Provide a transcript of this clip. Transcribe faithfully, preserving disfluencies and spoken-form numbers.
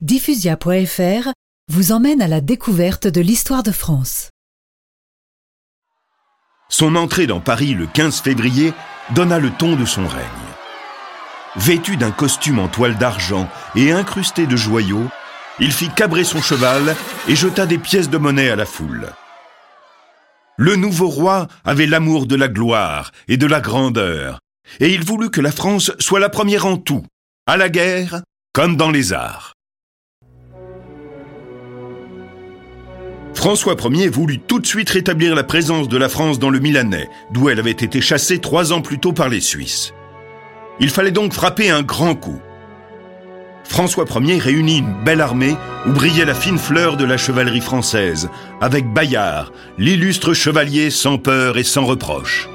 Diffusia point F R vous emmène à la découverte de l'histoire de France. Son entrée dans Paris le quinze février donna le ton de son règne. Vêtu d'un costume en toile d'argent et incrusté de joyaux, il fit cabrer son cheval et jeta des pièces de monnaie à la foule. Le nouveau roi avait l'amour de la gloire et de la grandeur, et il voulut que la France soit la première en tout, à la guerre comme dans les arts. François Ier voulut tout de suite rétablir la présence de la France dans le Milanais, d'où elle avait été chassée trois ans plus tôt par les Suisses. Il fallait donc frapper un grand coup. François Ier réunit une belle armée où brillait la fine fleur de la chevalerie française, avec Bayard, l'illustre chevalier sans peur et sans reproche.